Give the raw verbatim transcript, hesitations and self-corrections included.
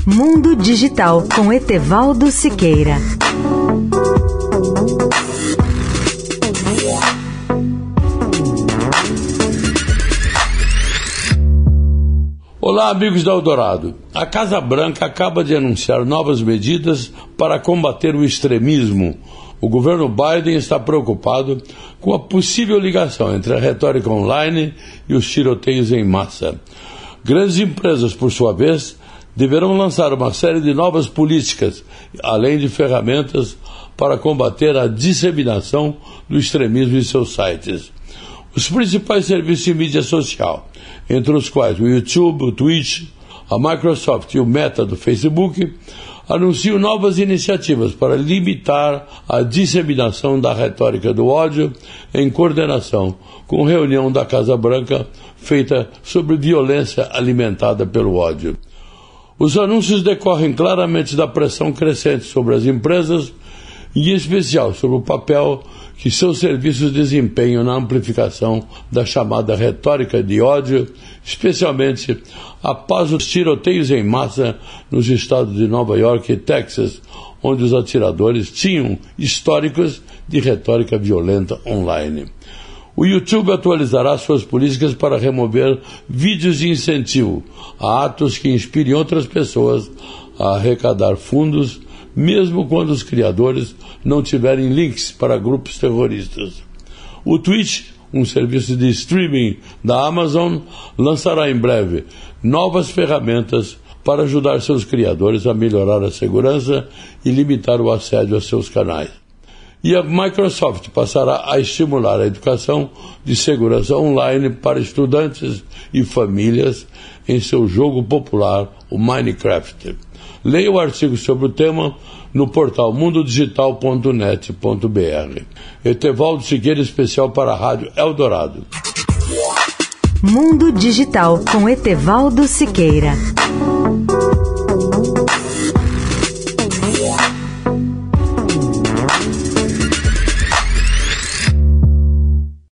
Mundo Digital com Etevaldo Siqueira. Olá, amigos da Eldorado. A Casa Branca acaba de anunciar novas medidas para combater o extremismo. O governo Biden está preocupado com a possível ligação entre a retórica online e os tiroteios em massa. Grandes empresas, por sua vez, deverão lançar uma série de novas políticas, além de ferramentas para combater a disseminação do extremismo em seus sites. Os principais serviços de mídia social, entre os quais o YouTube, o Twitch, a Microsoft e o Meta do Facebook, anunciam novas iniciativas para limitar a disseminação da retórica do ódio em coordenação com reunião da Casa Branca feita sobre violência alimentada pelo ódio. Os anúncios decorrem claramente da pressão crescente sobre as empresas, e em especial sobre o papel que seus serviços desempenham na amplificação da chamada retórica de ódio, especialmente após os tiroteios em massa nos estados de Nova York e Texas, onde os atiradores tinham históricos de retórica violenta online. O YouTube atualizará suas políticas para remover vídeos de incentivo a atos que inspirem outras pessoas a arrecadar fundos, mesmo quando os criadores não tiverem links para grupos terroristas. O Twitch, um serviço de streaming da Amazon, lançará em breve novas ferramentas para ajudar seus criadores a melhorar a segurança e limitar o assédio a seus canais. E a Microsoft passará a estimular a educação de segurança online para estudantes e famílias em seu jogo popular, o Minecraft. Leia o artigo sobre o tema no portal mundo digital ponto net ponto b r. Etevaldo Siqueira, especial para a Rádio Eldorado. Mundo Digital com Etevaldo Siqueira.